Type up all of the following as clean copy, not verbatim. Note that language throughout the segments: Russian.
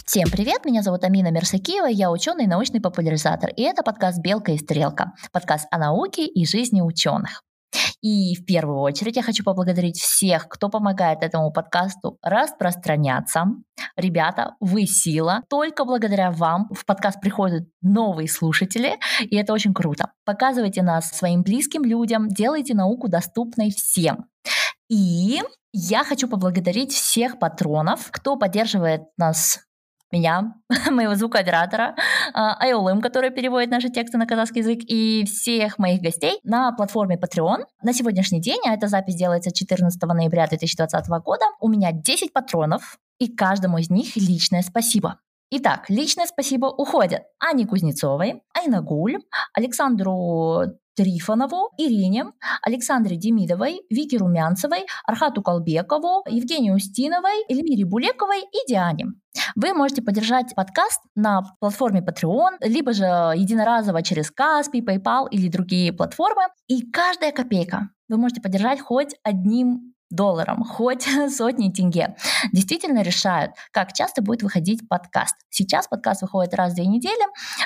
Всем привет, меня зовут Амина Мерсакиева, я ученый и научный популяризатор, и это подкаст «Белка и стрелка», подкаст о науке и жизни ученых. И в первую очередь я хочу поблагодарить всех, кто помогает этому подкасту распространяться. Ребята, вы сила. Только благодаря вам в подкаст приходят новые слушатели, и это очень круто. Показывайте нас своим близким людям, делайте науку доступной всем. И я хочу поблагодарить всех патронов, кто поддерживает нас, меня, моего звукооператора, Айолым, который переводит наши тексты на казахский язык, и всех моих гостей на платформе Patreon. На сегодняшний день, а эта запись делается 14 ноября 2020 года, у меня 10 патронов, и каждому из них личное спасибо. Итак, личное спасибо уходят Ане Кузнецовой, Айнагуль, Александру Трифонову, Ирине, Александре Демидовой, Вике Румянцевой, Архату Колбекову, Евгении Устиновой, Эльмире Булековой и Диане. Вы можете поддержать подкаст на платформе Patreon, либо же единоразово через Каспи, PayPal или другие платформы. И каждая копейка вы можете поддержать хоть $1, хоть сотни тенге. Действительно решают, как часто будет выходить подкаст. Сейчас подкаст выходит раз в 2 недели.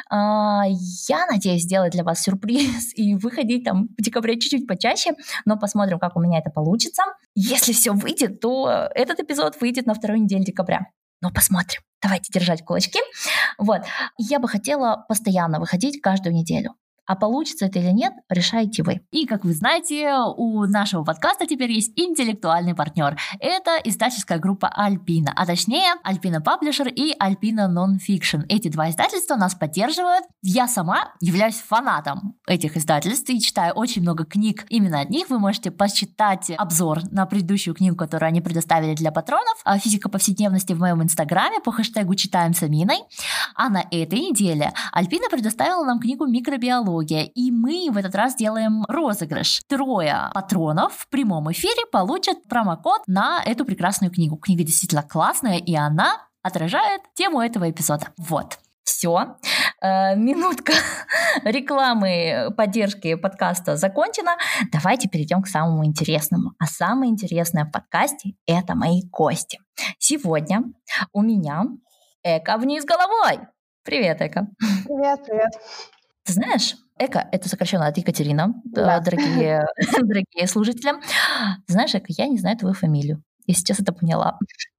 Я надеюсь сделать для вас сюрприз и выходить там в декабре чуть-чуть почаще, но посмотрим, как у меня это получится. Если все выйдет, то этот эпизод выйдет на 2 неделе декабря. Но посмотрим. Давайте держать кулачки. Вот. Я бы хотела постоянно выходить каждую неделю. А получится это или нет, решаете вы. И, как вы знаете, у нашего подкаста теперь есть интеллектуальный партнер. Это издательская группа Альпина, а точнее Альпина Паблишер и Альпина Нонфикшн. Эти 2 издательства нас поддерживают. Я сама являюсь фанатом этих издательств и читаю очень много книг именно от них. Вы можете почитать обзор на предыдущую книгу, которую они предоставили для патронов, «Физика повседневности» в моем инстаграме по хэштегу «Читаем с Аминой». А на этой неделе Альпина предоставила нам книгу «Микробиология», и мы в этот раз делаем розыгрыш. 3 патронов в прямом эфире получат промокод на эту прекрасную книгу. Книга действительно классная, и она отражает тему этого эпизода. Вот. Все. Минутка рекламы, поддержки подкаста закончена. Давайте перейдем к самому интересному. А самое интересное в подкасте – это мои гости. Сегодня у меня Эко вниз головой. Привет, Эко. Привет, привет. Ты знаешь, Эко – это сокращенно от Екатерина, Да. дорогие слушатели. Ты знаешь, Эко, я не знаю твою фамилию. Я сейчас это поняла.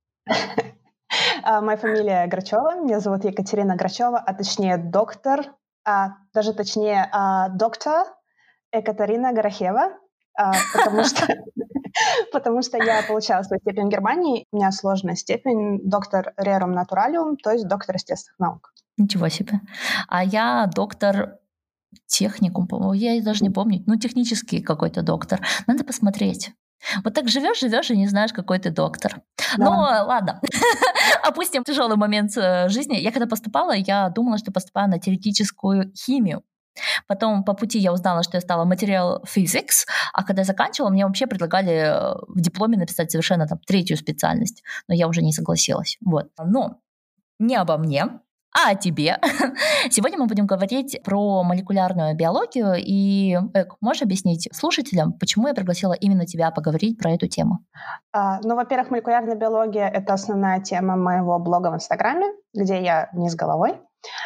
Моя фамилия Грачева, меня зовут Екатерина Грачева, а точнее доктор Екатерина Горохева, потому что я получала свою степень в Германии, у меня сложная степень, доктор рерум натуралиум, то есть доктор естественных наук. Ничего себе. А я доктор техникум, по-моему, я даже не помню, технический какой-то доктор. Надо посмотреть. Вот так живешь и не знаешь, какой ты доктор. Да. Но ладно, опустим тяжелый момент жизни. Я когда поступала, я думала, что поступаю на теоретическую химию. Потом по пути я узнала, что я стала material physics, а когда я заканчивала, мне вообще предлагали в дипломе написать совершенно 3-ю специальность, но я уже не согласилась. Вот. Но не обо мне, а о тебе. Сегодня мы будем говорить про молекулярную биологию. И, Эк, можешь объяснить слушателям, почему я пригласила именно тебя поговорить про эту тему? Во-первых, молекулярная биология — это основная тема моего блога в Инстаграме, где я вниз головой.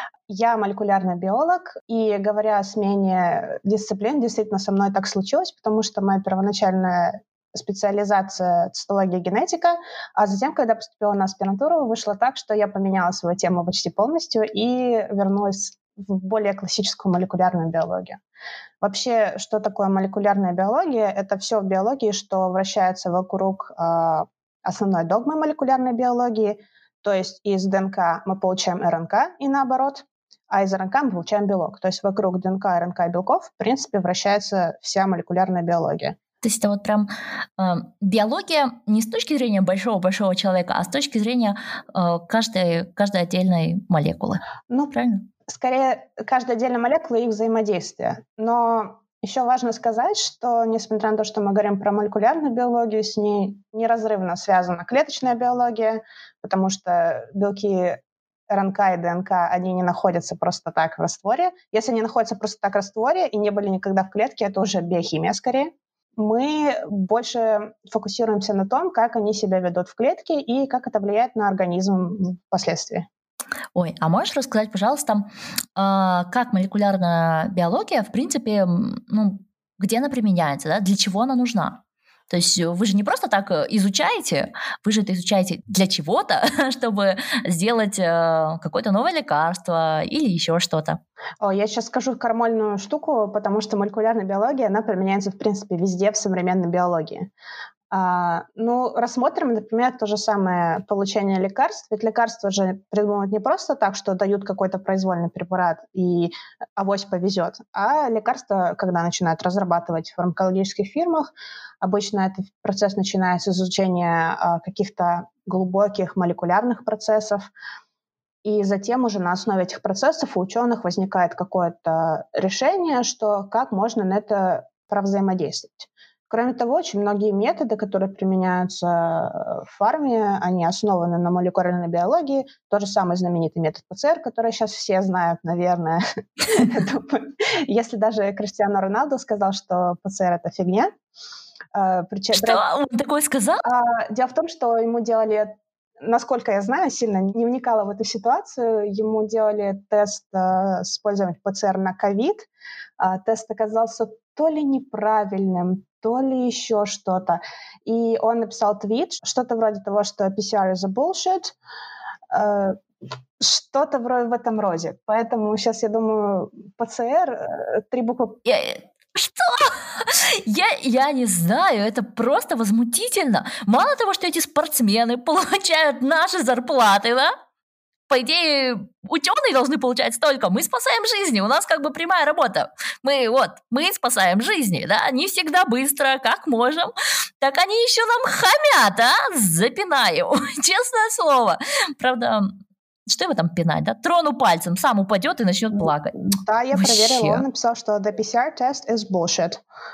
Я молекулярный биолог, и говоря о смене дисциплин, действительно со мной так случилось, потому что моя первоначальная специализация цитология и генетика, а затем, когда поступила на аспирантуру, вышло так, что я поменяла свою тему почти полностью и вернулась в более классическую молекулярную биологию. Вообще, что такое молекулярная биология? Это все в биологии, что вращается вокруг основной догмы молекулярной биологии, то есть из ДНК мы получаем РНК и наоборот, а из РНК мы получаем белок. То есть вокруг ДНК, РНК и белков, в принципе, вращается вся молекулярная биология. То есть это вот прям биология не с точки зрения большого-большого человека, а с точки зрения каждой отдельной молекулы. Правильно? Скорее, каждая отдельная молекула и их взаимодействие. Но еще важно сказать, что, несмотря на то, что мы говорим про молекулярную биологию, с ней неразрывно связана клеточная биология, потому что белки РНК и ДНК, они не находятся просто так в растворе. Если они находятся просто так в растворе и не были никогда в клетке, это уже биохимия скорее. Мы больше фокусируемся на том, как они себя ведут в клетке и как это влияет на организм впоследствии. Ой, а можешь рассказать, пожалуйста, как молекулярная биология, в принципе, где она применяется, да? Для чего она нужна? То есть вы же не просто так изучаете, вы же это изучаете для чего-то, чтобы сделать какое-то новое лекарство или еще что-то. Я сейчас скажу крамольную штуку, потому что молекулярная биология, она применяется, в принципе, везде в современной биологии. Рассмотрим, например, то же самое получение лекарств. Ведь лекарства же придумывают не просто так, что дают какой-то произвольный препарат и авось повезет, а лекарства, когда начинают разрабатывать в фармакологических фирмах, обычно этот процесс начинается с изучения каких-то глубоких молекулярных процессов, и затем уже на основе этих процессов у ученых возникает какое-то решение, что как можно на это провзаимодействовать. Кроме того, очень многие методы, которые применяются в фарме, они основаны на молекулярной биологии. Тот же самый знаменитый метод ПЦР, который сейчас все знают, наверное. Если даже Криштиану Роналду сказал, что ПЦР — это фигня. Что? Он такое сказал? Дело в том, что ему делали, насколько я знаю, сильно не вникала в эту ситуацию, ему делали тест с использованием ПЦР на ковид. Тест оказался то ли неправильным, то ли еще что-то. И он написал твит, что-то вроде того, что PCR is a bullshit, что-то в этом роде. Поэтому сейчас, я думаю, ПЦР, 3 буквы... Что? Я не знаю, это просто возмутительно. Мало того, что эти спортсмены получают наши зарплаты, да? По идее, ученые должны получать столько. Мы спасаем жизни, у нас как бы прямая работа. Мы спасаем жизни, да, не всегда быстро, как можем. Так они еще нам хамят, запинаю, честное слово. Правда, что его там пинать, да? Трону пальцем, сам упадет и начнет плакать. Да, я проверила, он написал, что the PCR test is bullshit.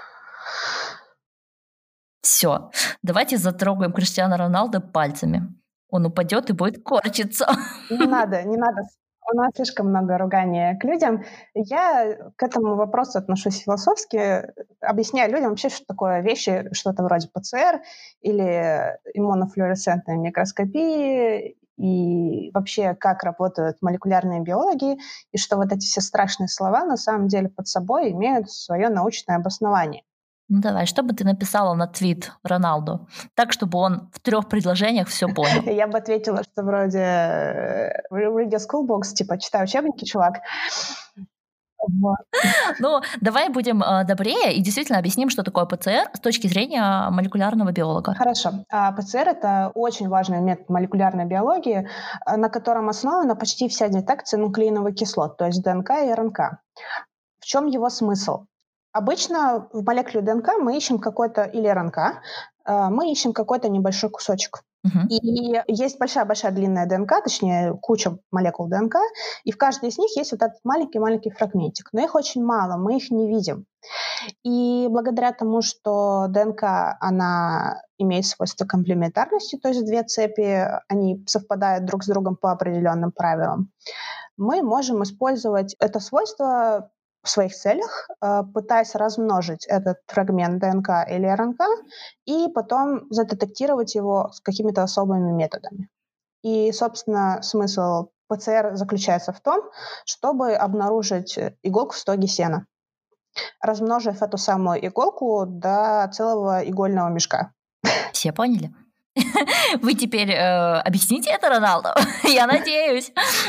Все, давайте затрогаем Криштиану Роналду пальцами. Он упадет и будет корчиться. Не надо. У нас слишком много ругания к людям. Я к этому вопросу отношусь философски, объясняю людям вообще, что такое вещи, что-то вроде ПЦР или иммунофлуоресцентной микроскопии, и вообще, как работают молекулярные биологи, и что вот эти все страшные слова на самом деле под собой имеют свое научное обоснование. Ну давай, что бы ты написала на твит Роналду, так, чтобы он в 3 предложениях все понял? Я бы ответила, что вроде read your school books, типа читай учебники, чувак. Вот. Ну, давай будем добрее и действительно объясним, что такое ПЦР с точки зрения молекулярного биолога. Хорошо. ПЦР — это очень важный метод молекулярной биологии, на котором основана почти вся детекция нуклеиновых кислот, то есть ДНК и РНК. В чем его смысл? Обычно в молекуле ДНК мы ищем какой-то, или РНК, мы ищем какой-то небольшой кусочек. И есть большая-большая длинная ДНК, точнее, куча молекул ДНК, и в каждой из них есть вот этот маленький-маленький фрагментик. Но их очень мало, мы их не видим. И благодаря тому, что ДНК, она имеет свойство комплементарности, то есть 2 цепи, они совпадают друг с другом по определенным правилам, мы можем использовать это свойство в своих целях, пытаясь размножить этот фрагмент ДНК или РНК и потом задетектировать его с какими-то особыми методами. И, собственно, смысл ПЦР заключается в том, чтобы обнаружить иголку в стоге сена, размножив эту самую иголку до целого игольного мешка. Все поняли? Вы теперь объясните это Роналду? Я надеюсь.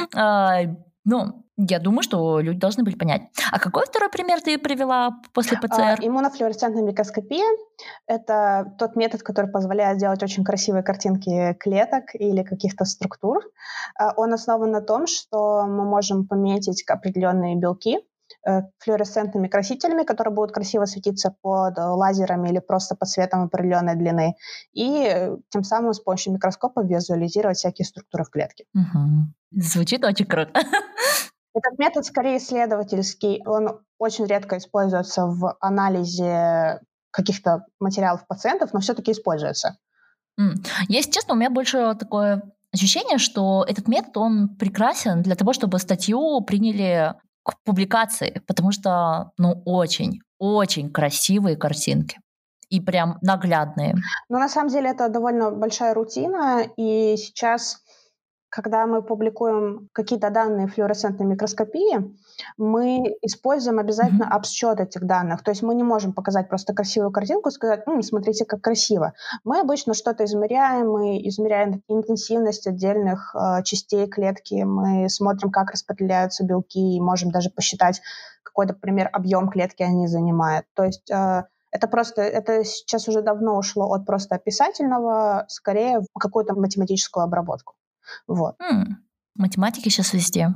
Я думаю, что люди должны были понять. А какой второй пример ты привела после ПЦР? Иммунофлуоресцентная микроскопия — это тот метод, который позволяет делать очень красивые картинки клеток или каких-то структур. Он основан на том, что мы можем пометить определенные белки флуоресцентными красителями, которые будут красиво светиться под лазерами или просто под светом определенной длины, и тем самым с помощью микроскопа визуализировать всякие структуры в клетке. Звучит очень круто. Этот метод скорее исследовательский, он очень редко используется в анализе каких-то материалов пациентов, но все-таки используется. Если честно, у меня больше такое ощущение, что этот метод, он прекрасен для того, чтобы статью приняли к публикации, потому что, очень красивые картинки и прям наглядные. Но на самом деле это довольно большая рутина, и сейчас когда мы публикуем какие-то данные флуоресцентной микроскопии, мы используем обязательно обсчет этих данных. То есть мы не можем показать просто красивую картинку и сказать, смотрите, как красиво. Мы обычно что-то измеряем, мы измеряем интенсивность отдельных частей клетки, мы смотрим, как распределяются белки, и можем даже посчитать, какой, например, объем клетки они занимают. То есть это сейчас уже давно ушло от просто описательного, скорее в какую-то математическую обработку. Вот. Математики сейчас везде.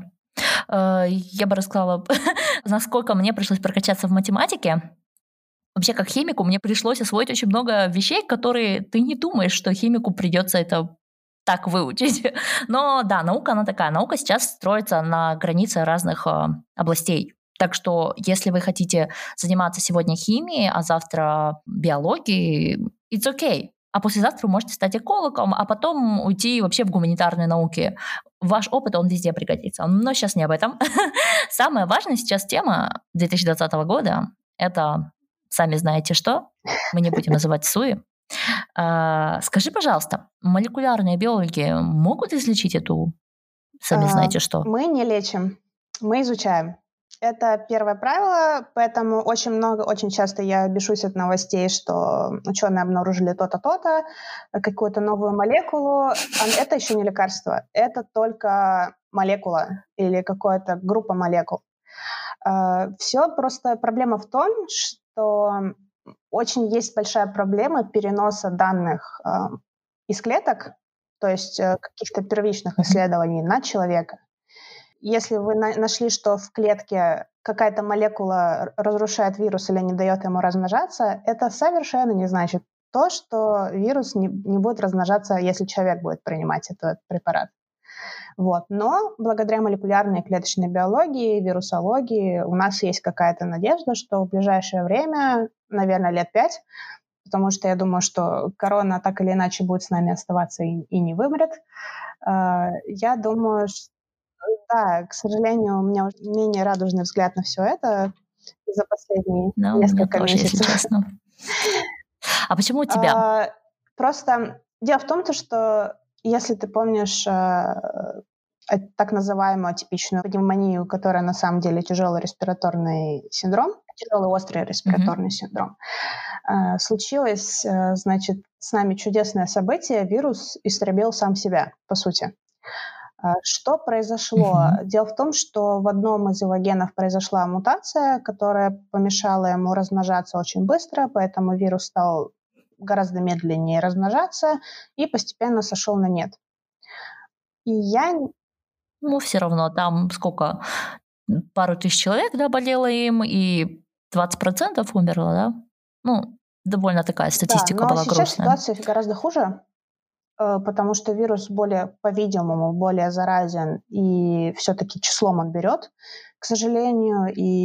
Я бы рассказала, насколько мне пришлось прокачаться в математике. Вообще, как химику, мне пришлось освоить очень много вещей, которые ты не думаешь, что химику придется это так выучить. Но да, наука, она такая. Наука сейчас строится на границе разных областей. Так что, если вы хотите заниматься сегодня химией, а завтра биологией, it's okay. А послезавтра вы можете стать экологом, а потом уйти вообще в гуманитарные науки. Ваш опыт, он везде пригодится. Но сейчас не об этом. Самая важная сейчас тема 2020 года – это, сами знаете что, мы не будем называть СУИ. Скажи, пожалуйста, молекулярные биологи могут излечить эту, сами знаете что? Мы не лечим, мы изучаем. Это первое правило, поэтому очень часто я бешусь от новостей, что ученые обнаружили то-то, то-то, какую-то новую молекулу. Это еще не лекарство, это только молекула или какая-то группа молекул. Все просто проблема в том, что очень есть большая проблема переноса данных из клеток, то есть каких-то первичных исследований на человека. Если вы нашли, что в клетке какая-то молекула разрушает вирус или не дает ему размножаться, это совершенно не значит то, что вирус не будет размножаться, если человек будет принимать этот препарат. Вот. Но благодаря молекулярной клеточной биологии, вирусологии у нас есть какая-то надежда, что в ближайшее время, наверное, лет 5, потому что я думаю, что корона так или иначе будет с нами оставаться и не вымрет. Я думаю, что да, к сожалению, у меня уже менее радужный взгляд на все это за последние несколько месяцев. Если честно. А почему у тебя? Просто дело в том, что если ты помнишь так называемую атипичную пневмонию, которая на самом деле тяжелый респираторный синдром, тяжелый острый респираторный синдром, случилось, значит, с нами чудесное событие, вирус истребил сам себя, по сути. Что произошло? Дело в том, что в одном из его генов произошла мутация, которая помешала ему размножаться очень быстро, поэтому вирус стал гораздо медленнее размножаться и постепенно сошел на нет. И все равно там сколько? Пару тысяч человек, да, болело им, и 20% умерло, да? Довольно такая статистика была грустная. Сейчас ситуация гораздо хуже, потому что вирус по-видимому, более заразен, и все-таки числом он берет, к сожалению,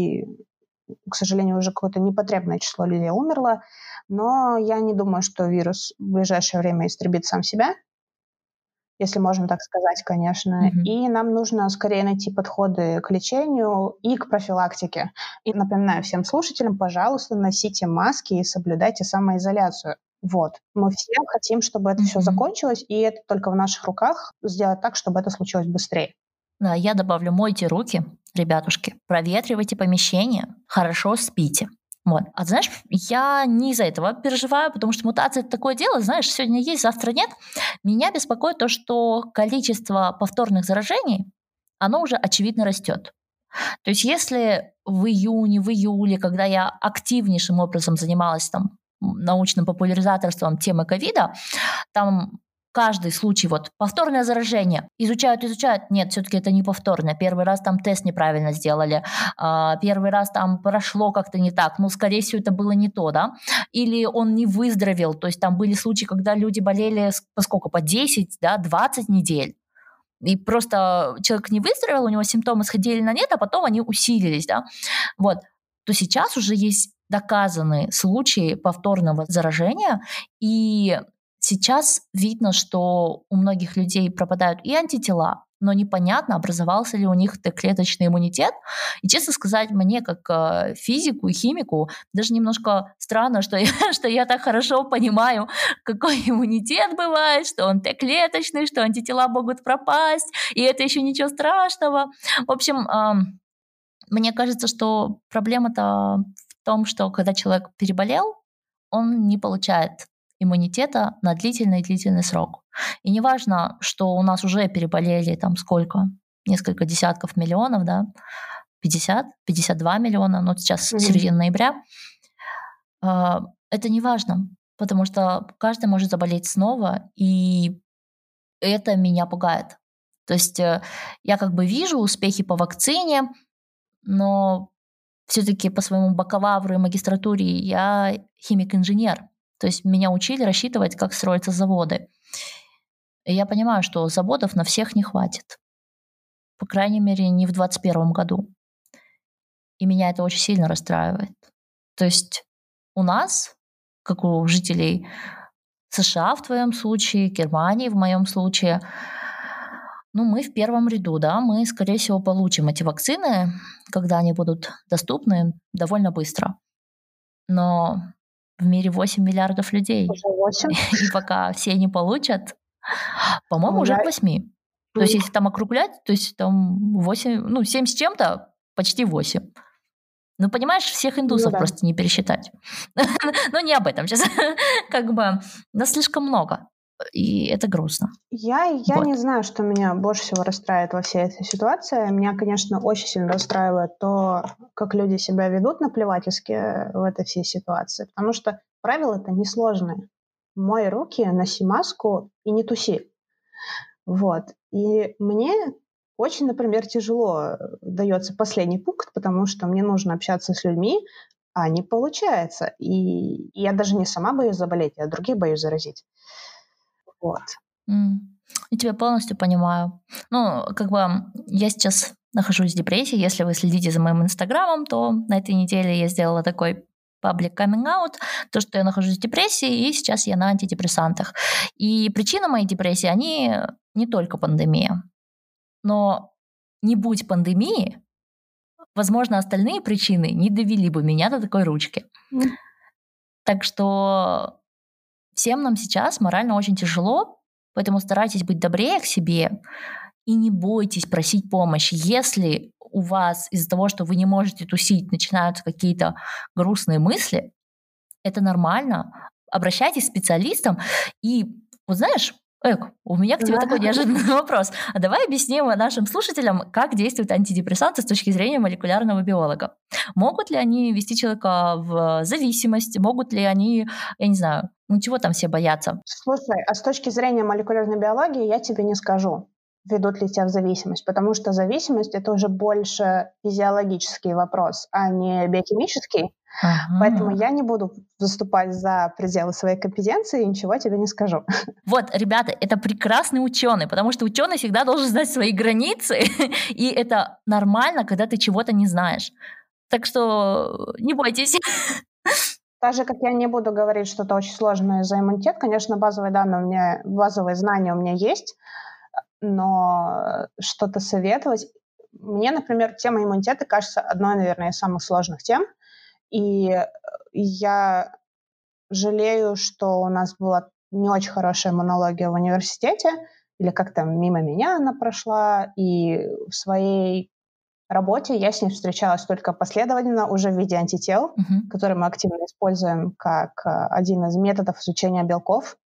уже какое-то непотребное число людей умерло, но я не думаю, что вирус в ближайшее время истребит сам себя, если можно так сказать, конечно. И нам нужно скорее найти подходы к лечению и к профилактике. И напоминаю всем слушателям, пожалуйста, носите маски и соблюдайте самоизоляцию. Вот. Мы все хотим, чтобы это все закончилось, и это только в наших руках сделать так, чтобы это случилось быстрее. Да, я добавлю, мойте руки, ребятушки, проветривайте помещение, хорошо спите. Вот. А знаешь, я не из-за этого переживаю, потому что мутация – это такое дело, знаешь, сегодня есть, завтра нет. Меня беспокоит то, что количество повторных заражений, оно уже очевидно растет. То есть если в июне, в июле, когда я активнейшим образом занималась научным популяризаторством темы ковида, там каждый случай, повторное заражение, изучают, нет, все-таки это не повторное, первый раз там тест неправильно сделали, первый раз там прошло как-то не так, скорее всего, это было не то, да, или он не выздоровел, то есть там были случаи, когда люди болели по 10, да, 20 недель, и просто человек не выздоровел, у него симптомы сходили на нет, а потом они усилились, да, вот, то сейчас уже есть доказанные случаи повторного заражения, и сейчас видно, что у многих людей пропадают и антитела, но непонятно, образовался ли у них Т-клеточный иммунитет. И, честно сказать, мне, как физику и химику, даже немножко странно, что что я так хорошо понимаю, какой иммунитет бывает, что он Т-клеточный, что антитела могут пропасть, и это еще ничего страшного. В общем, мне кажется, что проблема-то в том, что когда человек переболел, он не получает иммунитета на длительный срок. И неважно, что у нас уже переболели там сколько, несколько десятков миллионов, да, 50, 52 миллиона, но сейчас середина ноября, это не важно, потому что каждый может заболеть снова, и это меня пугает. То есть я как бы вижу успехи по вакцине, но все-таки по своему бакалавру и магистратуре я химик-инженер. То есть меня учили рассчитывать, как строятся заводы. И я понимаю, что заводов на всех не хватит. По крайней мере, не в 2021 году. И меня это очень сильно расстраивает. То есть у нас, как у жителей США в твоем случае, Германии в моем случае, мы в первом ряду, да, мы, скорее всего, получим эти вакцины, когда они будут доступны довольно быстро. Но в мире 8 миллиардов людей. Уже 8? И пока все не получат, по-моему, уже к 8. То есть если там округлять, то есть там 8, 7 с чем-то, почти 8. Понимаешь, всех индусов просто не пересчитать. Но не об этом сейчас. Как бы нас слишком много. И это грустно. Я не знаю, что меня больше всего расстраивает во всей этой ситуации. Меня, конечно, очень сильно расстраивает то, как люди себя ведут наплевательски в этой всей ситуации. Потому что правила-то несложные. Мой руки, носи маску и не туси. Вот. И мне очень, например, тяжело дается последний пункт, потому что мне нужно общаться с людьми, а не получается. И я даже не сама боюсь заболеть, я других боюсь заразить. Вот. Я тебя полностью понимаю. Как бы я сейчас нахожусь в депрессии. Если вы следите за моим инстаграмом, то на этой неделе я сделала такой паблик каминг-аут, то, что я нахожусь в депрессии, и сейчас я на антидепрессантах. И причина моей депрессии, они не только пандемия. Но не будь пандемии, возможно, остальные причины не довели бы меня до такой ручки. Так что всем нам сейчас морально очень тяжело, поэтому старайтесь быть добрее к себе и не бойтесь просить помощи. Если у вас из-за того, что вы не можете тусить, начинаются какие-то грустные мысли, это нормально. Обращайтесь к специалистам. И вот знаешь, у меня к тебе такой неожиданный вопрос. А давай объясним нашим слушателям, как действуют антидепрессанты с точки зрения молекулярного биолога. Могут ли они ввести человека в зависимость? Могут ли они, я не знаю, чего там все боятся? Слушай, а с точки зрения молекулярной биологии я тебе не скажу, ведут ли тебя в зависимость, потому что зависимость — это уже больше физиологический вопрос, а не биохимический. Поэтому я не буду выступать за пределы своей компетенции и ничего тебе не скажу. Вот, ребята, это прекрасный ученый, потому что ученый всегда должен знать свои границы, и это нормально, когда ты чего-то не знаешь. Так что не бойтесь. Так же, как я не буду говорить что-то очень сложное за иммунитет, конечно, базовые знания у меня есть, но что-то советовать... Мне, например, тема иммунитета кажется одной, наверное, из самых сложных тем. И я жалею, что у нас была не очень хорошая иммунология в университете, или как-то мимо меня она прошла, и в своей работе я с ней встречалась только последовательно, уже в виде антител, которые мы активно используем как один из методов изучения белков.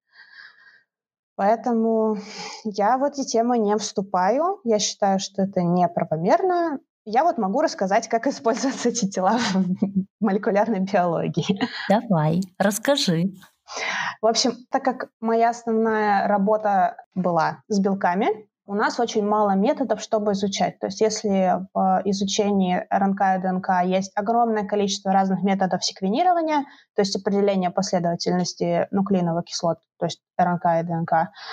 Поэтому я в эти темы не вступаю. Я считаю, что это неправомерно. Я вот могу рассказать, как используются эти тела в молекулярной биологии. Давай, расскажи. В общем, так как моя основная работа была с белками, у нас очень мало методов, чтобы изучать. То есть если в изучении РНК и ДНК есть огромное количество разных методов секвенирования, то есть определения последовательности нуклеиновых кислот, то есть РНК и ДНК,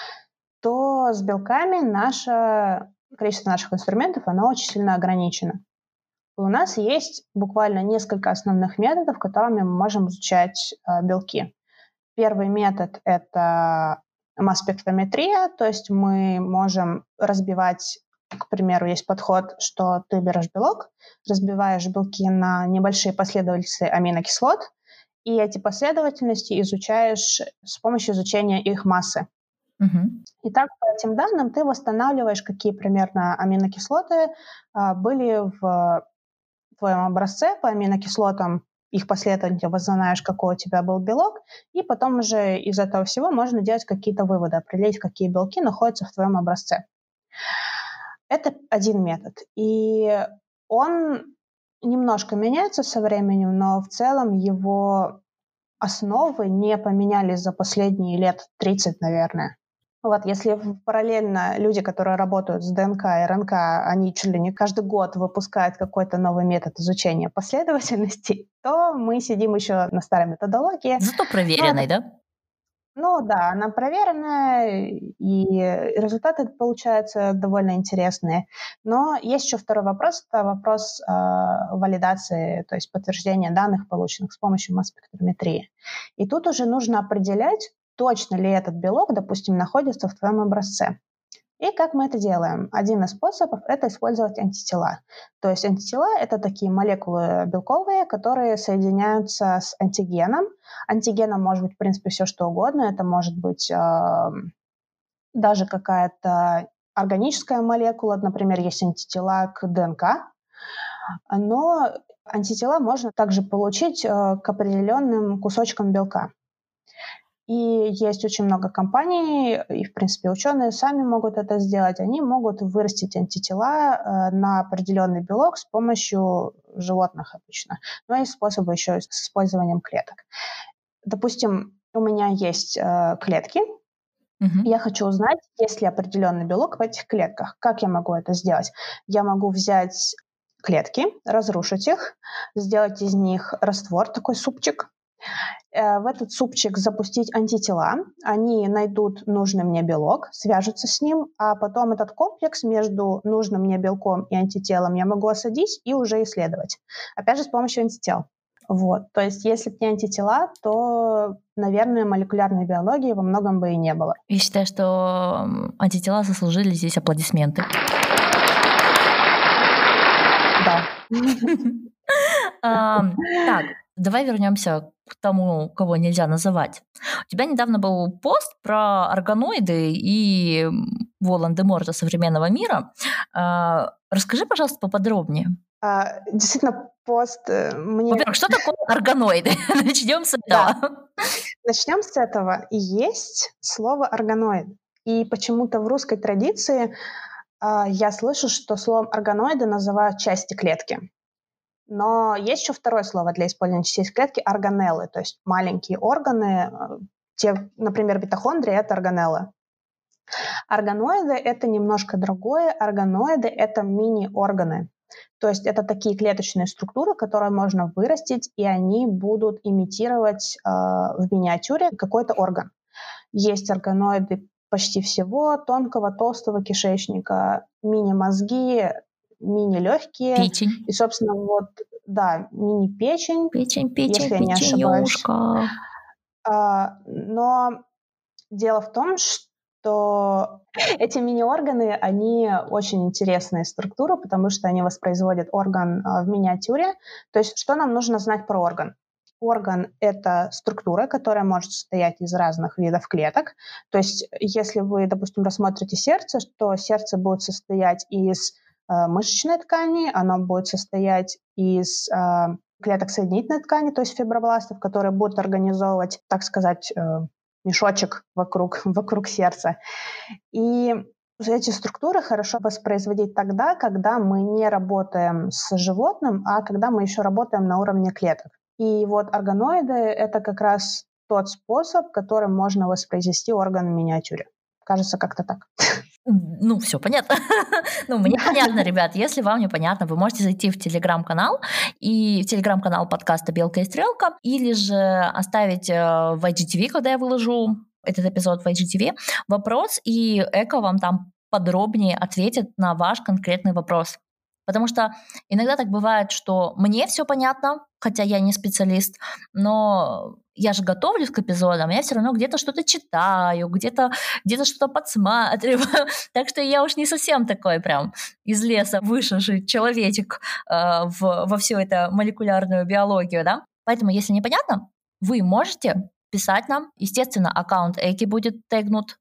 то с белками количество наших инструментов, оно очень сильно ограничено. И у нас есть буквально несколько основных методов, которыми мы можем изучать белки. Первый метод — это масс-спектрометрия, то есть мы можем разбивать К примеру, есть подход, что ты берешь белок, разбиваешь белки на небольшие последовательности аминокислот, и эти последовательности изучаешь с помощью изучения их массы. И так по этим данным ты восстанавливаешь, какие примерно аминокислоты были в твоем образце по аминокислотам, их последовательно знаешь, какой у тебя был белок, и потом уже из этого всего можно делать какие-то выводы, определить, какие белки находятся в твоем образце. Это один метод. И он немножко меняется со временем, но в целом его основы не поменялись за последние лет 30, наверное. Вот, если параллельно люди, которые работают с ДНК и РНК, они чуть ли не каждый год выпускают какой-то новый метод изучения последовательностей, то мы сидим еще на старой методологии. Зато проверенной, да? Ну да, она проверенная, и результаты получаются довольно интересные. Но есть еще второй вопрос, это вопрос валидации, то есть подтверждения данных, полученных с помощью масс-спектрометрии. И тут уже нужно определять, точно ли этот белок, допустим, находится в твоем образце. И как мы это делаем? Один из способов – это использовать антитела. То есть антитела – это такие молекулы белковые, которые соединяются с антигеном. Антигеном может быть, в принципе, все что угодно. Это может быть даже какая-то органическая молекула. Например, есть антитела к ДНК. Но антитела можно также получить к определенным кусочкам белка. И есть очень много компаний, и, в принципе, ученые сами могут это сделать. Они могут вырастить антитела на определенный белок с помощью животных обычно. Но есть способы еще с использованием клеток. Допустим, у меня есть клетки. Я хочу узнать, есть ли определенный белок в этих клетках. Как я могу это сделать? Я могу взять клетки, разрушить их, сделать из них раствор, такой супчик, в этот супчик запустить антитела, они найдут нужный мне белок, свяжутся с ним, а потом этот комплекс между нужным мне белком и антителом я могу осадить и уже исследовать. Опять же, с помощью антител. Вот. То есть, если бы не антитела, то, наверное, молекулярной биологии во многом бы и не было. Я считаю, что антитела заслужили здесь аплодисменты. Да. Так, давай вернемся к тому, кого нельзя называть. У тебя недавно был пост про органоиды и Волан-де-Морта современного мира. Расскажи, пожалуйста, поподробнее. Действительно, пост мне... Во-первых, что такое органоиды? Начнем с этого. Да. Начнем с этого. Есть слово органоид. И почему-то в русской традиции я слышу, что словом органоиды называют части клетки. Но есть еще второе слово для использования частей клетки – органеллы, то есть маленькие органы. Те, например, митохондрии – это органеллы. Органоиды – это немножко другое. Органоиды – это мини-органы. То есть это такие клеточные структуры, которые можно вырастить, и они будут имитировать в миниатюре какой-то орган. Есть органоиды почти всего тонкого, толстого кишечника, мини-мозги, мини-легкие. Печень. И, собственно, вот, да, мини-печень, если я не ошибаюсь. Но дело в том, что эти мини-органы, они очень интересные структуры, потому что они воспроизводят орган в миниатюре. То есть что нам нужно знать про орган? Орган – это структура, которая может состоять из разных видов клеток. То есть если вы, допустим, рассмотрите сердце, то сердце будет состоять из мышечной ткани, оно будет состоять из клеток соединительной ткани, то есть фибробластов, которые будут организовывать, так сказать, мешочек вокруг сердца. И эти структуры хорошо воспроизводить тогда, когда мы не работаем с животным, а когда мы еще работаем на уровне клеток. И вот органоиды – это как раз тот способ, которым можно воспроизвести орган в миниатюре. Кажется, как-то так. Ну, все понятно. Ну, мне понятно, ребят. Если вам не понятно, вы можете зайти в телеграм-канал и в телеграм-канал подкаста «Белка и стрелка», или же оставить в IGTV, когда я выложу этот эпизод в IGTV, вопрос, и Эко вам там подробнее ответит на ваш конкретный вопрос. Потому что иногда так бывает, что мне все понятно, хотя я не специалист, но я же готовлюсь к эпизодам, я все равно где-то что-то читаю, где-то что-то подсматриваю. Так что я уж не совсем такой прям из леса вышедший человечек во всю эту молекулярную биологию, да. Поэтому, если непонятно, вы можете писать нам. Естественно, аккаунт Эки будет тегнут,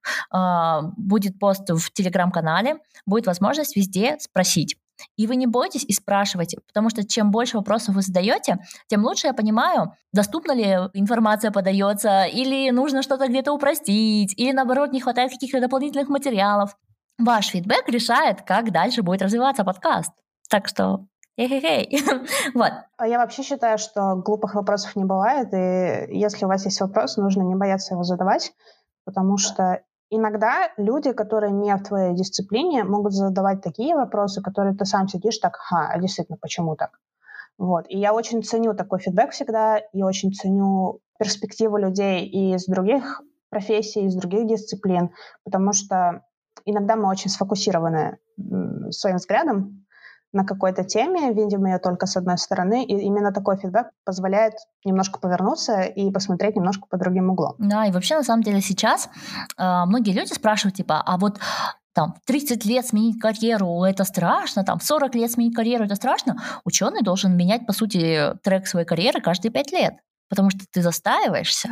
будет пост в Телеграм-канале, будет возможность везде спросить. И вы не бойтесь и спрашивайте, потому что чем больше вопросов вы задаете, тем лучше я понимаю, доступна ли информация подается, или нужно что-то где-то упростить, или наоборот не хватает каких-то дополнительных материалов. Ваш фидбэк решает, как дальше будет развиваться подкаст. Так что хей-хей-хей. Вот. Я вообще считаю, что глупых вопросов не бывает, и если у вас есть вопрос, нужно не бояться его задавать, потому что иногда люди, которые не в твоей дисциплине, могут задавать такие вопросы, которые ты сам сидишь так, а действительно, почему так? Вот. И я очень ценю такой фидбэк всегда, и очень ценю перспективу людей из других профессий, из других дисциплин, потому что иногда мы очень сфокусированы своим взглядом на какой-то теме, видим ее только с одной стороны, и именно такой фидбэк позволяет немножко повернуться и посмотреть немножко по другим углом. Да, и вообще, на самом деле, сейчас многие люди спрашивают, типа, а вот там, в 30 лет сменить карьеру, это страшно, там, в 40 лет сменить карьеру, это страшно. Ученый должен менять, по сути, трек своей карьеры каждые 5 лет, потому что ты застаиваешься,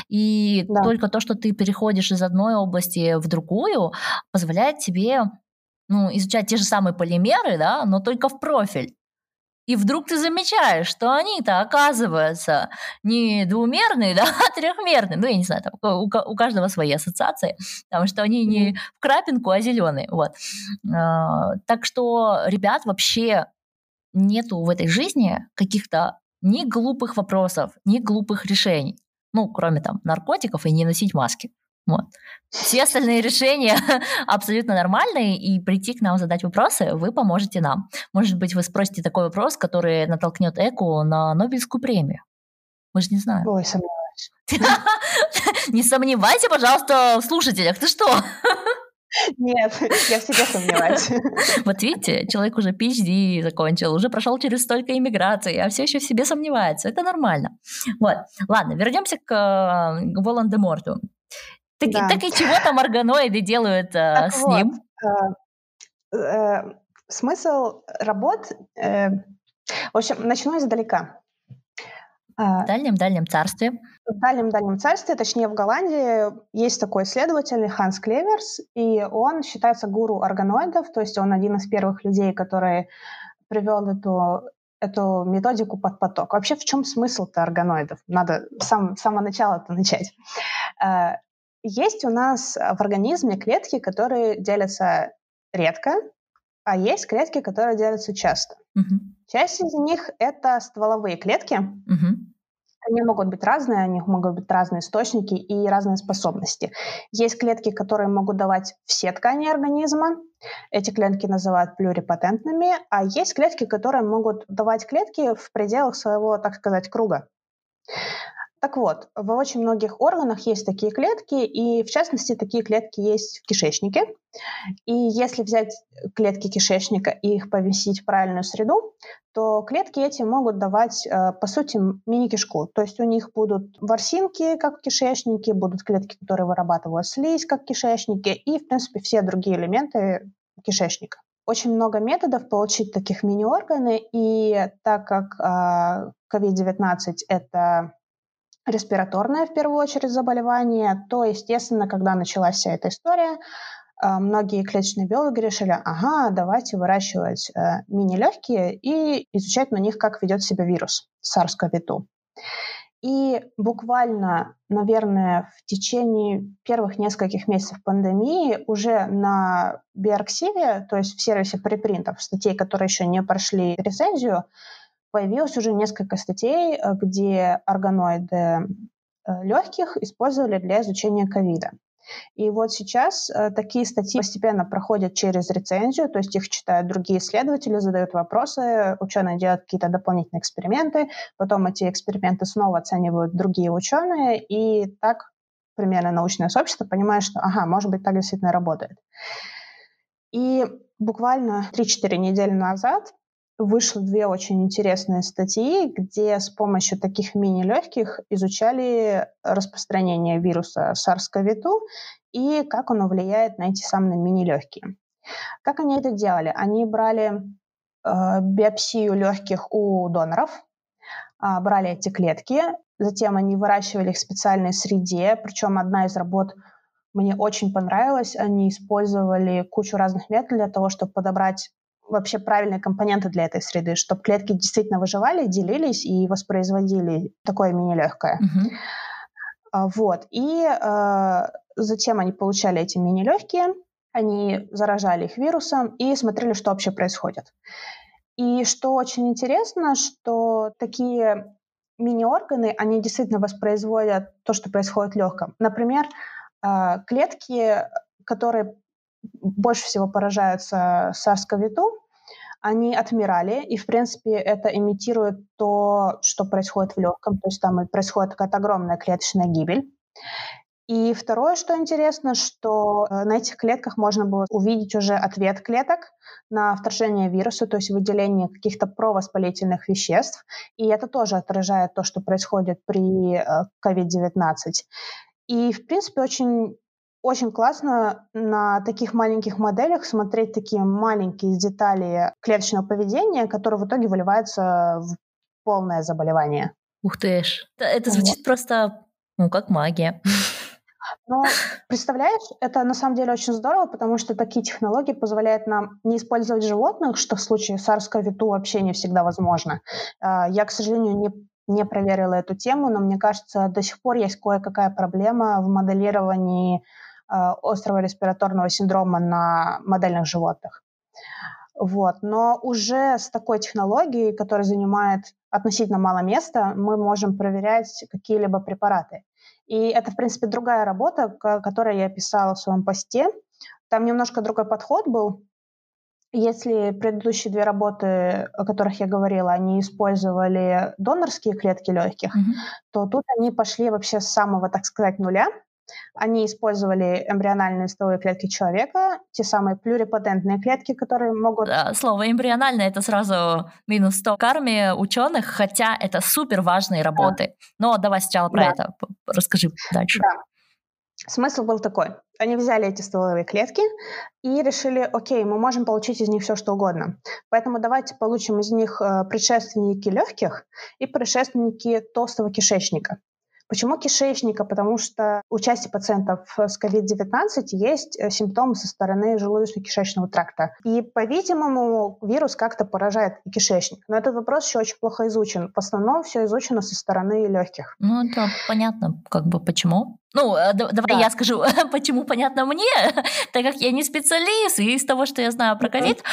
и только то, что ты переходишь из одной области в другую, позволяет тебе изучать те же самые полимеры, да, но только в профиль. И вдруг ты замечаешь, что они-то, оказывается, не двумерные, да, а трехмерные. Я не знаю, там, у каждого свои ассоциации, потому что они не в крапинку, а зеленые. Вот. Так что, ребят, вообще нету в этой жизни каких-то ни глупых вопросов, ни глупых решений. Кроме там наркотиков и не носить маски. Вот. Все остальные решения абсолютно нормальные, и прийти к нам задать вопросы вы поможете нам. Может быть, вы спросите такой вопрос, который натолкнет Эку на Нобелевскую премию. Мы же не знаем. Ой, сомневаюсь. Не сомневайся, пожалуйста, в слушателях. Ты что? Нет, я в себе сомневаюсь. Вот видите, человек уже PhD закончил, уже прошел через столько иммиграций, а все еще в себе сомневается. Это нормально. Вот. Ладно, вернемся к Волан-де-Морту. Так и чего там органоиды делают с ним? Смысл работ... В общем, начну издалека. В дальнем царстве. В дальнем царстве, точнее в Голландии, есть такой исследователь Ханс Клеверс, и он считается гуру органоидов, то есть он один из первых людей, который привел эту методику под поток. Вообще, в чем смысл-то органоидов? Надо с самого начала-то начать. Есть у нас в организме клетки, которые делятся редко, а есть клетки, которые делятся часто. Часть из них — это стволовые клетки. Они могут быть разные, у них могут быть разные источники и разные способности. Есть клетки, которые могут давать все ткани организма. Эти клетки называют плюрипотентными. А есть клетки, которые могут давать клетки в пределах своего, так сказать, круга. Так вот, в очень многих органах есть такие клетки, и в частности такие клетки есть в кишечнике. И если взять клетки кишечника и их поместить в правильную среду, то клетки эти могут давать, по сути, мини-кишку. То есть у них будут ворсинки, как в кишечнике, будут клетки, которые вырабатывают слизь, как в кишечнике, и, в принципе, все другие элементы кишечника. Очень много методов получить таких мини-органы, и так как COVID-19 – это респираторное, в первую очередь, заболевание, то, естественно, когда началась вся эта история, многие клеточные биологи решили, давайте выращивать мини-легкие и изучать на них, как ведет себя вирус SARS-CoV-2. И буквально, наверное, в течение первых нескольких месяцев пандемии уже на Биарксиве, то есть в сервисе препринтов, статей, которые еще не прошли рецензию, появилось уже несколько статей, где органоиды легких использовали для изучения ковида. И вот сейчас такие статьи постепенно проходят через рецензию, то есть их читают другие исследователи, задают вопросы, ученые делают какие-то дополнительные эксперименты, потом эти эксперименты снова оценивают другие ученые, и так примерно научное сообщество понимает, что, может быть, так действительно работает. И буквально 3-4 недели назад вышло 2 очень интересные статьи, где с помощью таких мини-легких изучали распространение вируса SARS-CoV-2 и как оно влияет на эти самые мини-легкие. Как они это делали? Они брали биопсию легких у доноров, брали эти клетки, затем они выращивали их в специальной среде, причем одна из работ мне очень понравилась. Они использовали кучу разных методов для того, чтобы подобрать вообще правильные компоненты для этой среды, чтобы клетки действительно выживали, делились и воспроизводили такое мини-легкое. Вот. И затем они получали эти мини-легкие, они заражали их вирусом и смотрели, что вообще происходит. И что очень интересно, что такие мини-органы, они действительно воспроизводят то, что происходит в легком. Например, клетки, которые больше всего поражаются SARS-CoV-2, они отмирали, и, в принципе, это имитирует то, что происходит в легком, то есть там происходит какая-то огромная клеточная гибель. И второе, что интересно, что на этих клетках можно было увидеть уже ответ клеток на вторжение вируса, то есть выделение каких-то провоспалительных веществ, и это тоже отражает то, что происходит при COVID-19. И, в принципе, очень, очень классно на таких маленьких моделях смотреть такие маленькие детали клеточного поведения, которые в итоге выливаются в полное заболевание. Ух ты ж. Это звучит просто, как магия. Но, представляешь, это на самом деле очень здорово, потому что такие технологии позволяют нам не использовать животных, что в случае SARS-CoV-2 вообще не всегда возможно. Я, к сожалению, не проверила эту тему, но мне кажется, до сих пор есть кое-какая проблема в моделировании острого респираторного синдрома на модельных животных. Вот. Но уже с такой технологией, которая занимает относительно мало места, мы можем проверять какие-либо препараты. И это, в принципе, другая работа, которую я писала в своем посте. Там немножко другой подход был. Если предыдущие 2 работы, о которых я говорила, они использовали донорские клетки легких, то тут они пошли вообще с самого, так сказать, нуля. Они использовали эмбриональные стволовые клетки человека, те самые плюрипотентные клетки, которые могут... Да, слово «эмбриональное» — это сразу минус 100 карме ученых, хотя это супер важные работы. Но давай сначала про это расскажи дальше. Да. Смысл был такой. Они взяли эти стволовые клетки и решили, окей, мы можем получить из них все, что угодно. Поэтому давайте получим из них предшественники легких и предшественники толстого кишечника. Почему кишечника? Потому что у части пациентов с COVID-19 есть симптомы со стороны желудочно-кишечного тракта. И, по-видимому, вирус как-то поражает и кишечник. Но этот вопрос еще очень плохо изучен. В основном все изучено со стороны легких. Ну, это понятно, почему. Давай я скажу, почему понятно мне, так как я не специалист, и из того, что я знаю про ковид,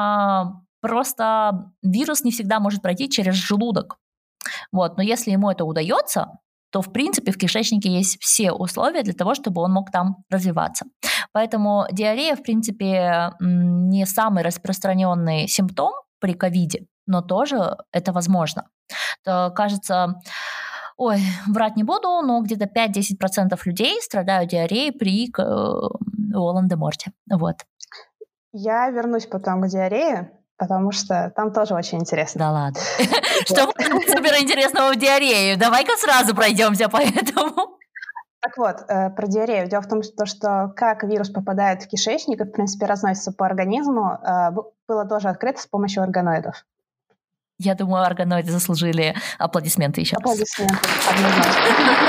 просто вирус не всегда может пройти через желудок. Вот. Но если ему это удается, то, в принципе, в кишечнике есть все условия для того, чтобы он мог там развиваться. Поэтому диарея, в принципе, не самый распространенный симптом при ковиде, но тоже это возможно. То, кажется, врать не буду, но где-то 5-10% людей страдают диареей при Волан-де-Морте. Вот. Я вернусь потом к диарее, потому что там тоже очень интересно. Да ладно. Что суперинтересного в диарее? Давай-ка сразу пройдемся по этому. Так вот, про диарею. Дело в том, что как вирус попадает в кишечник и, в принципе, разносится по организму, было тоже открыто с помощью органоидов. Я думаю, органоиды заслужили аплодисменты еще. Аплодисменты, однозначно.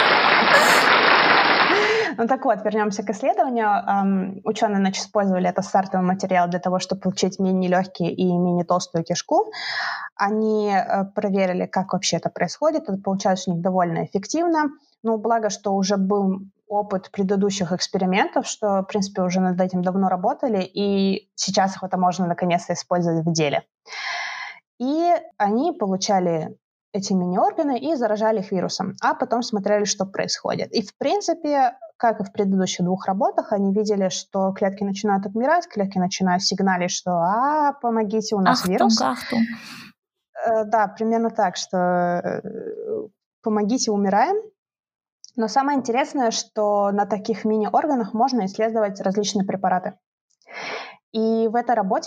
Ну так вот, вернемся к исследованию. Ученые, использовали этот стартовый материал для того, чтобы получить мини-легкие и мини-толстую кишку. Они проверили, как вообще это происходит. Это получалось у них довольно эффективно. Но благо, что уже был опыт предыдущих экспериментов, что, в принципе, уже над этим давно работали, и сейчас их это можно наконец-то использовать в деле. И они получали эти мини-органы и заражали их вирусом, а потом смотрели, что происходит. И, в принципе, как и в предыдущих 2 работах, они видели, что клетки начинают отмирать, клетки начинают сигналить, что помогите, у нас вирус. Ахтунг. Да, примерно так, что помогите, умираем. Но самое интересное, что на таких мини-органах можно исследовать различные препараты. И в этой работе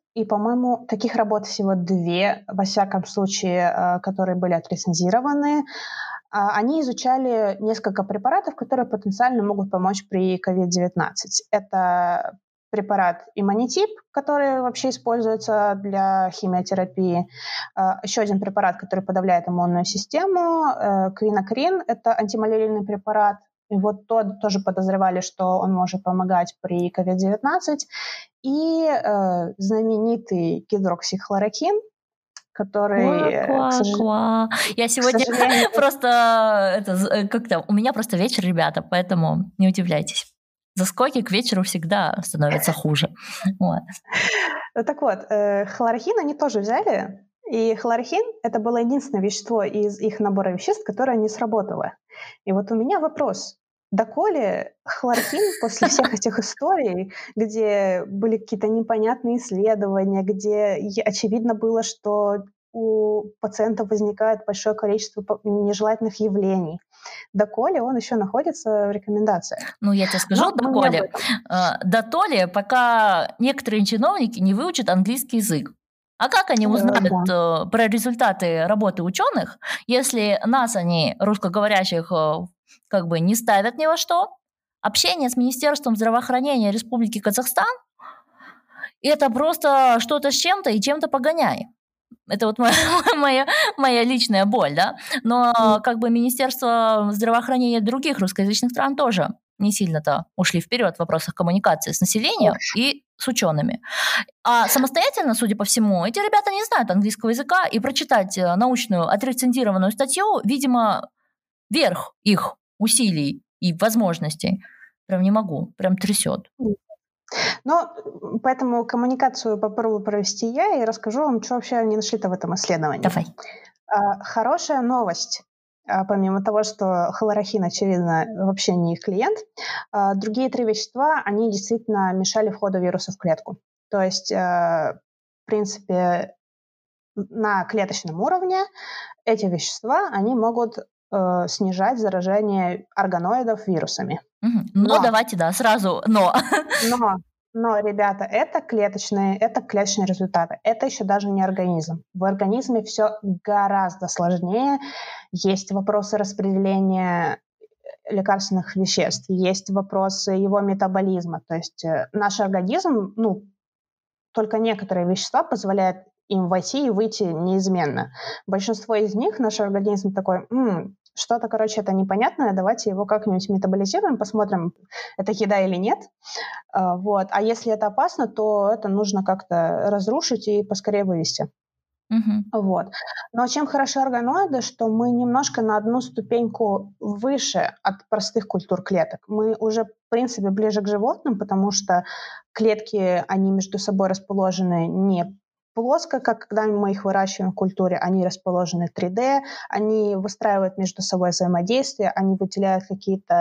и, по-моему, таких работ всего 2, во всяком случае, которые были отрецензированы. Они изучали несколько препаратов, которые потенциально могут помочь при COVID-19. Это препарат иманитиб, который вообще используется для химиотерапии. Еще один препарат, который подавляет иммунную систему, квинокрин, это антималярийный препарат. И вот тот тоже подозревали, что он может помогать при COVID-19. И знаменитый гидроксихлорокин, который, к сожалению... Я сегодня просто... у меня просто вечер, ребята, поэтому не удивляйтесь. Заскоки к вечеру всегда становятся хуже. Вот. Так вот, хлорохин они тоже взяли, и хлорохин — это было единственное вещество из их набора веществ, которое не сработало. И вот у меня вопрос. Доколе хлорохин после всех этих историй, где были какие-то непонятные исследования, где очевидно было, что у пациентов возникает большое количество нежелательных явлений, доколе он еще находится в рекомендациях? Ну, я тебе скажу, доколе, пока некоторые чиновники не выучат английский язык. А как они узнают про результаты работы ученых, если нас они, русскоговорящих, как бы не ставят ни во что? Общение с Министерством здравоохранения Республики Казахстан – это просто что-то с чем-то и чем-то погоняй. Это вот моя личная боль, да? Но как бы Министерство здравоохранения других русскоязычных стран тоже не сильно-то ушли вперед в вопросах коммуникации с населением и с учеными. А самостоятельно, судя по всему, эти ребята не знают английского языка, и прочитать научную отрецензированную статью, видимо, верх их усилий и возможностей. Прям не могу, прям трясет. Ну, поэтому коммуникацию попробую провести я и расскажу вам, что вообще они нашли-то в этом исследовании. Давай. Хорошая новость. Помимо того, что хлорохин, очевидно, вообще не их клиент, другие 3 вещества, они действительно мешали входу вируса в клетку. То есть, в принципе, на клеточном уровне эти вещества, они могут снижать заражение органоидов вирусами. Но давайте, сразу но. Но, ребята, это клеточные результаты. Это еще даже не организм. В организме все гораздо сложнее. Есть вопросы распределения лекарственных веществ, есть вопросы его метаболизма. То есть наш организм, только некоторые вещества позволяют им войти и выйти неизменно. Большинство из них наш организм такой, что-то, это непонятное, давайте его как-нибудь метаболизируем, посмотрим, это еда или нет. Вот. А если это опасно, то это нужно как-то разрушить и поскорее вывести. Вот. Но чем хороши органоиды, что мы немножко на одну ступеньку выше от простых культур клеток. Мы уже, в принципе, ближе к животным, потому что клетки, они между собой расположены не плоско, как когда мы их выращиваем в культуре, они расположены 3D, они выстраивают между собой взаимодействие, они выделяют какие-то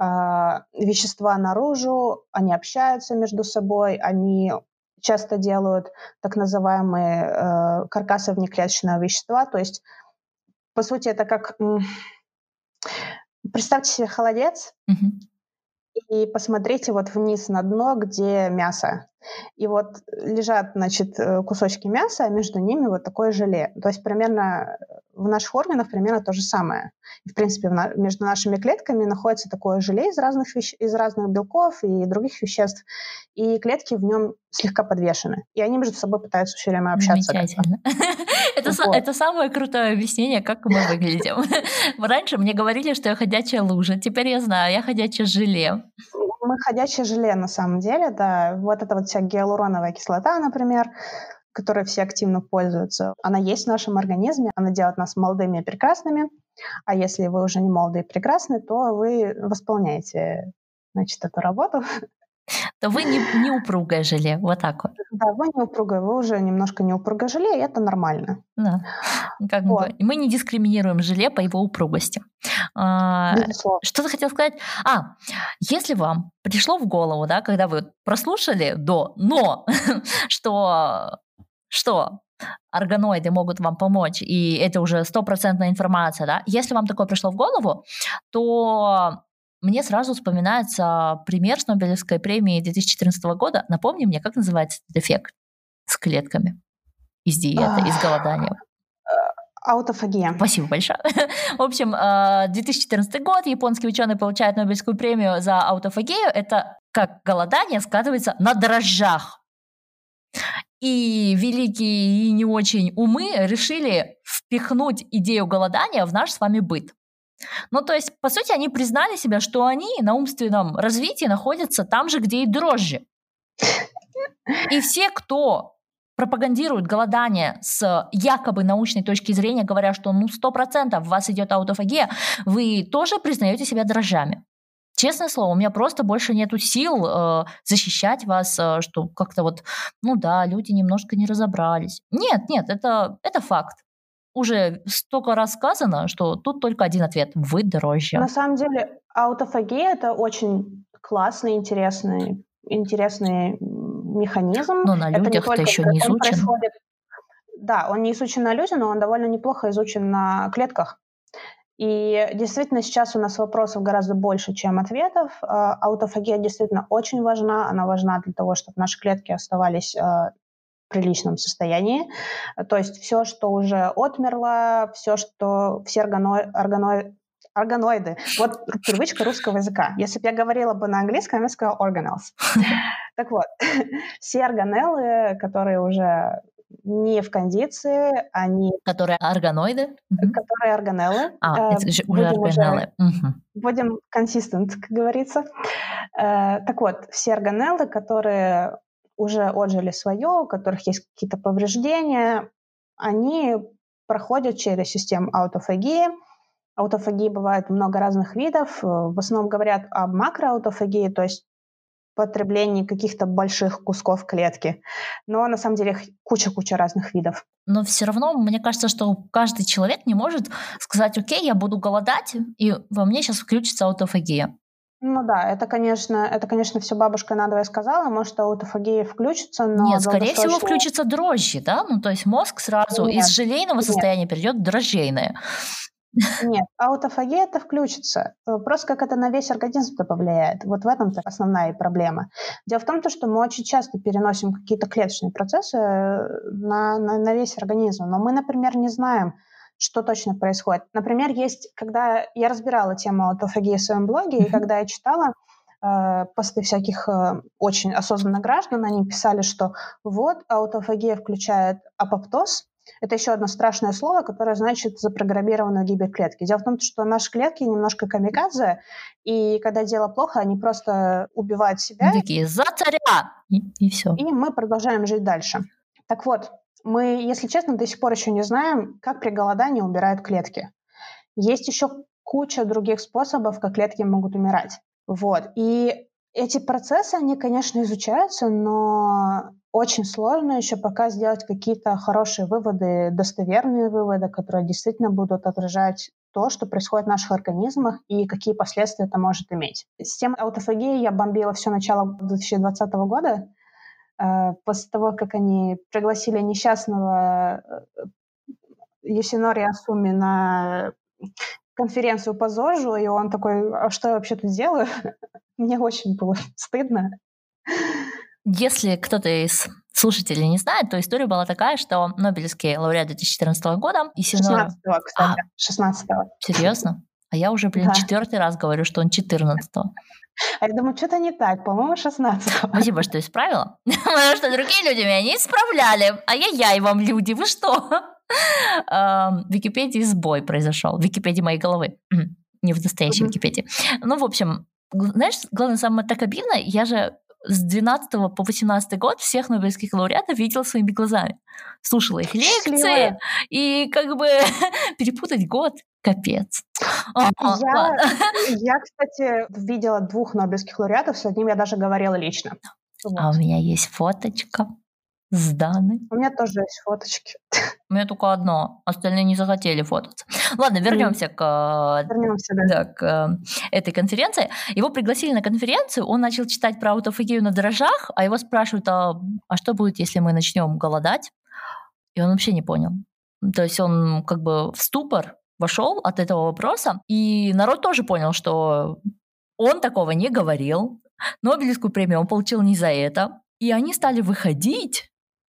вещества наружу, они общаются между собой, они часто делают так называемые каркасы внеклеточного вещества. То есть, по сути, это как... Представьте себе холодец и посмотрите вот вниз на дно, где мясо. И вот лежат, кусочки мяса, а между ними вот такое желе. То есть примерно в наших органах примерно то же самое. И, в принципе, между нашими клетками находится такое желе из разных белков и других веществ. И клетки в нем слегка подвешены. И они между собой пытаются все время общаться. Замечательно. Это самое крутое объяснение, как мы выглядим. Раньше мне говорили, что я ходячая лужа. Теперь я знаю, я ходячее желе. Мы ходячее желе на самом деле, да. Вот эта вот вся гиалуроновая кислота, например, которой все активно пользуются, она есть в нашем организме, она делает нас молодыми и прекрасными. А если вы уже не молодые и прекрасны, то вы восполняете, эту работу. То вы не упругое желе, вот так вот. Да, вы не упругое, вы уже немножко не упругое желе, и это нормально. Да, мы не дискриминируем желе по его упругости. Что ты хотел сказать? Если вам пришло в голову, да, когда вы прослушали что органоиды могут вам помочь, и это уже 100% информация, да, если вам такое пришло в голову, то мне сразу вспоминается пример с Нобелевской премии 2014 года. Напомни мне, как называется этот эффект? с клетками из диеты, из голодания? Аутофагия. Спасибо большое. В общем, 2014 год, японские ученые получают Нобелевскую премию за аутофагию. Это как голодание сказывается на дрожжах. И великие и не очень умы решили впихнуть идею голодания в наш с вами быт. Ну, то есть, по сути, они признали себя, что они на умственном развитии находятся там же, где и дрожжи. И все, кто пропагандирует голодание с якобы научной точки зрения, говоря, что 100% в вас идет аутофагия, вы тоже признаете себя дрожжами. Честное слово, у меня просто больше нету сил защищать вас, что как-то вот, люди немножко не разобрались. Нет, это факт. Уже столько раз сказано, что тут только один ответ – вы дрожжи. На самом деле аутофагия – это очень классный, интересный механизм. Но на людях это еще не изучен. Да, он не изучен на людях, но он довольно неплохо изучен на клетках. И действительно сейчас у нас вопросов гораздо больше, чем ответов. Аутофагия действительно очень важна. Она важна для того, чтобы наши клетки оставались в приличном состоянии. То есть все, что уже отмерло, все органоиды. Вот привычка русского языка. Если бы я говорила бы на английском, я бы сказала organelles. Так вот, все органеллы, которые уже не в кондиции, они... Которые органоиды? Которые органеллы. Это же уже органеллы. Будем consistent, как говорится. Так вот, все органеллы, которые уже отжили свое, у которых есть какие-то повреждения, они проходят через систему аутофагии. Аутофагии бывает много разных видов. В основном говорят об макроаутофагии, то есть потреблении каких-то больших кусков клетки. Но на самом деле их куча разных видов. Но все равно, мне кажется, что каждый человек не может сказать: окей, я буду голодать, и во мне сейчас включится аутофагия. Ну да, это, конечно, все бабушка надвое сказала, может, аутофагия включится, но... Нет, скорее всего, включится дрожжи, да? То есть мозг сразу из желейного состояния перейдет в дрожжейное. Нет, аутофагия это включится. Вопрос, как это на весь организм-то повлияет. Вот в этом-то основная проблема. Дело в том, что мы очень часто переносим какие-то клеточные процессы на весь организм, но мы, например, не знаем, что точно происходит. Например, когда я разбирала тему аутофагии в своем блоге, и когда я читала посты всяких очень осознанных граждан, они писали, что вот аутофагия включает апоптоз. Это еще одно страшное слово, которое значит запрограммированную гибель клетки. Дело в том, что наши клетки немножко камикадзе, и когда дело плохо, они просто убивают себя. Такие: за царя! И все. И мы продолжаем жить дальше. Так вот, мы, если честно, до сих пор еще не знаем, как при голодании умирают клетки. Есть еще куча других способов, как клетки могут умирать. Вот. И эти процессы, они, конечно, изучаются, но очень сложно еще пока сделать какие-то хорошие выводы, достоверные выводы, которые действительно будут отражать то, что происходит в наших организмах и какие последствия это может иметь. С темой аутофагии я бомбила все начало 2020 года, после того, как они пригласили несчастного Юсинори Асуми на конференцию по ЗОЖу, и он такой: а что я вообще тут делаю? Мне очень было стыдно. Если кто-то из слушателей не знает, то история была такая, что Нобелевский лауреат 2014 года Юсинори... 16-го, кстати. 16-го. Серьезно? А я уже, четвертый раз говорю, что он 14-го. А я думаю, что-то не так, по-моему, 16-го. Спасибо, что исправила. Потому что другие люди меня не исправляли. Ай-яй-яй вам, люди, вы что? В Википедии сбой произошел. В Википедии моей головы. Не в настоящей Википедии. В общем, знаешь, главное, самое так обидно, я же с 12 по 18 год всех нобелевских лауреатов видела своими глазами. Слушала их лекции, и как бы перепутать год — капец. Я, кстати, видела 2 нобелевских лауреатов, с одним я даже говорила лично. А у меня есть фоточка с Даной. У меня тоже есть фоточки. У меня только одно, остальные не захотели фототься. Ладно, вернемся к этой конференции. Его пригласили на конференцию, он начал читать про аутофагию на дрожжах, а его спрашивают: а что будет, если мы начнем голодать? И он вообще не понял. То есть он как бы в ступор вошел от этого вопроса, и народ тоже понял, что он такого не говорил. Нобелевскую премию он получил не за это. И они стали выходить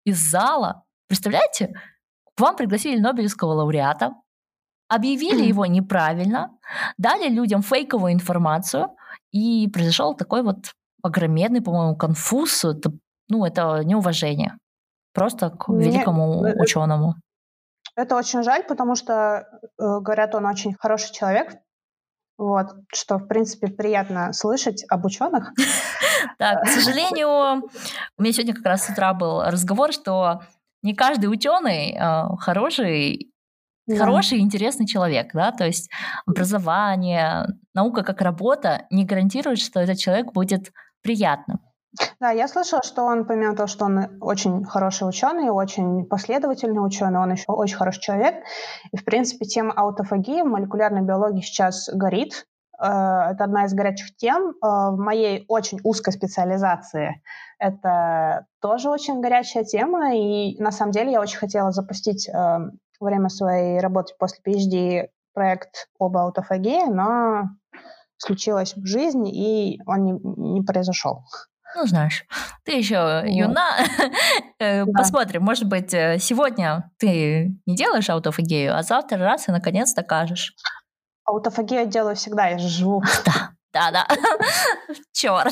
из зала. Представляете? К вам пригласили Нобелевского лауреата, объявили его неправильно, дали людям фейковую информацию, и произошел такой вот огроменный, по-моему, конфуз. Это неуважение. Просто к великому ученому. Это очень жаль, потому что, говорят, он очень хороший человек. Вот, что, в принципе, приятно слышать об ученых. Да, к сожалению, у меня сегодня как раз с утра был разговор, что не каждый ученый хороший и интересный человек, да, то есть образование, наука как работа не гарантирует, что этот человек будет приятным. Да, я слышала, что он, помимо того, что он очень хороший ученый, очень последовательный ученый, он еще очень хороший человек. И, в принципе, тема аутофагии в молекулярной биологии сейчас горит. Это одна из горячих тем. В моей очень узкой специализации это тоже очень горячая тема. И, на самом деле, я очень хотела запустить во время своей работы после PhD проект об аутофагии, но случилась жизнь, и он не произошел. Ну, знаешь, ты еще юна. Посмотрим, может быть, сегодня ты не делаешь аутофагию, а завтра раз и наконец-то кажешь. Аутофагию делаю всегда, я же живу. Да. Черт.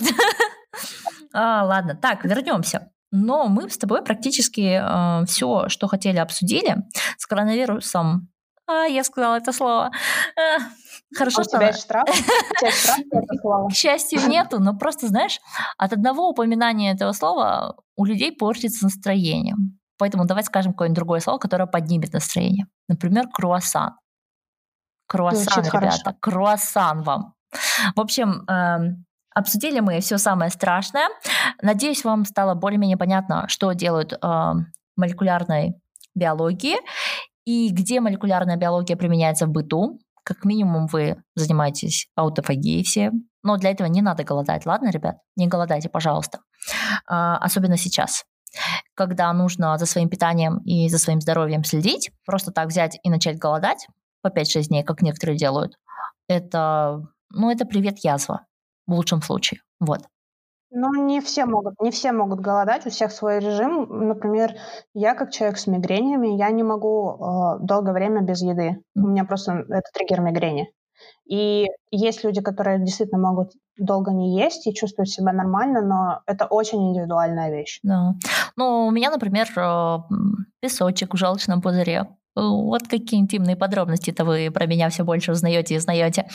Ладно, так, вернемся. Но мы с тобой практически все, что хотели, обсудили. С коронавирусом. Я сказала это слово. Хорошо, что... У тебя есть штраф? Это слово? К счастью, нету, но просто, знаешь, от одного упоминания этого слова у людей портится настроение. Поэтому давай скажем какое-нибудь другое слово, которое поднимет настроение. Например, круассан. Круассан, ребята. Хорошо. Круассан вам. В общем, обсудили мы все самое страшное. Надеюсь, вам стало более-менее понятно, что делают в молекулярной биологии и где молекулярная биология применяется в быту. Как минимум вы занимаетесь аутофагией все. Но для этого не надо голодать, ладно, ребят? Не голодайте, пожалуйста. Особенно сейчас, когда нужно за своим питанием и за своим здоровьем следить. Просто так взять и начать голодать по 5-6 дней, как некоторые делают, это привет язва в лучшем случае. Вот. Ну, не все могут голодать, у всех свой режим. Например, я как человек с мигренями, я не могу долгое время без еды. У меня просто это триггер мигрени. И есть люди, которые действительно могут долго не есть и чувствуют себя нормально, но это очень индивидуальная вещь. Да. Ну, у меня, например, песочек в желчном пузыре. Вот какие интимные подробности-то вы про меня все больше узнаете и узнаете.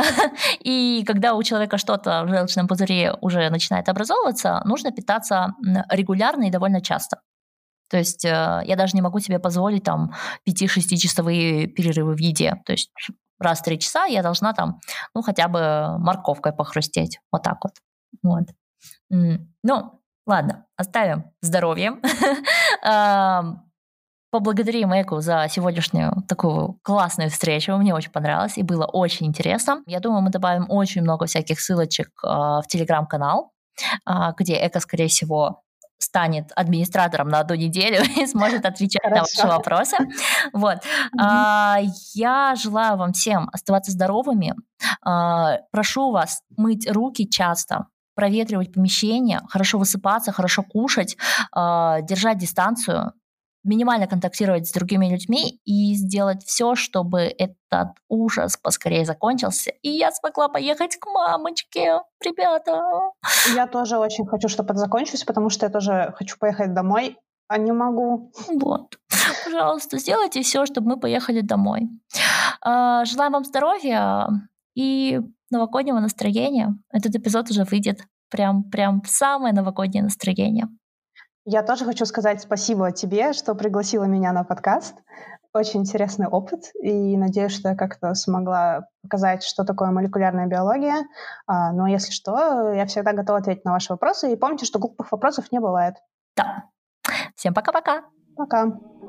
И когда у человека что-то в желчном пузыре уже начинает образовываться, нужно питаться регулярно и довольно часто. То есть я даже не могу себе позволить там 5-6-часовые перерывы в еде. То есть раз в 3 часа я должна там, хотя бы морковкой похрустеть. Вот так вот. Ну, ладно, оставим здоровье. Поблагодарим Эку за сегодняшнюю такую классную встречу. Мне очень понравилось и было очень интересно. Я думаю, мы добавим очень много всяких ссылочек в Телеграм-канал, где Эка, скорее всего, станет администратором на 1 неделю и сможет отвечать на ваши вопросы. Вот. Я желаю вам всем оставаться здоровыми. Прошу вас мыть руки часто, проветривать помещение, хорошо высыпаться, хорошо кушать, держать дистанцию, минимально контактировать с другими людьми и сделать все, чтобы этот ужас поскорее закончился, и я смогла поехать к мамочке, ребята. Я тоже очень хочу, чтобы это закончилось, потому что я тоже хочу поехать домой, а не могу. Вот. Пожалуйста, сделайте все, чтобы мы поехали домой. Желаю вам здоровья и новогоднего настроения. Этот эпизод уже выйдет прям в самое новогоднее настроение. Я тоже хочу сказать спасибо тебе, что пригласила меня на подкаст. Очень интересный опыт, и надеюсь, что я как-то смогла показать, что такое молекулярная биология. Но если что, я всегда готова ответить на ваши вопросы. И помните, что глупых вопросов не бывает. Да. Всем пока-пока. Пока.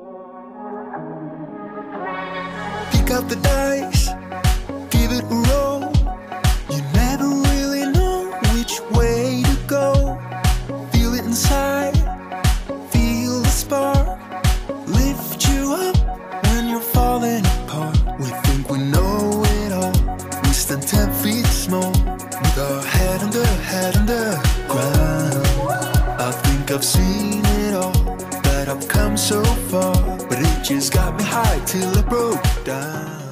Pick up the dice, give it a roll. You never really know which way to go. Feel it inside. Spark, lift you up when you're falling apart. We think we know it all. We stand 10 feet small with our head under ground. I think I've seen it all, but wishes got me high till I broke down.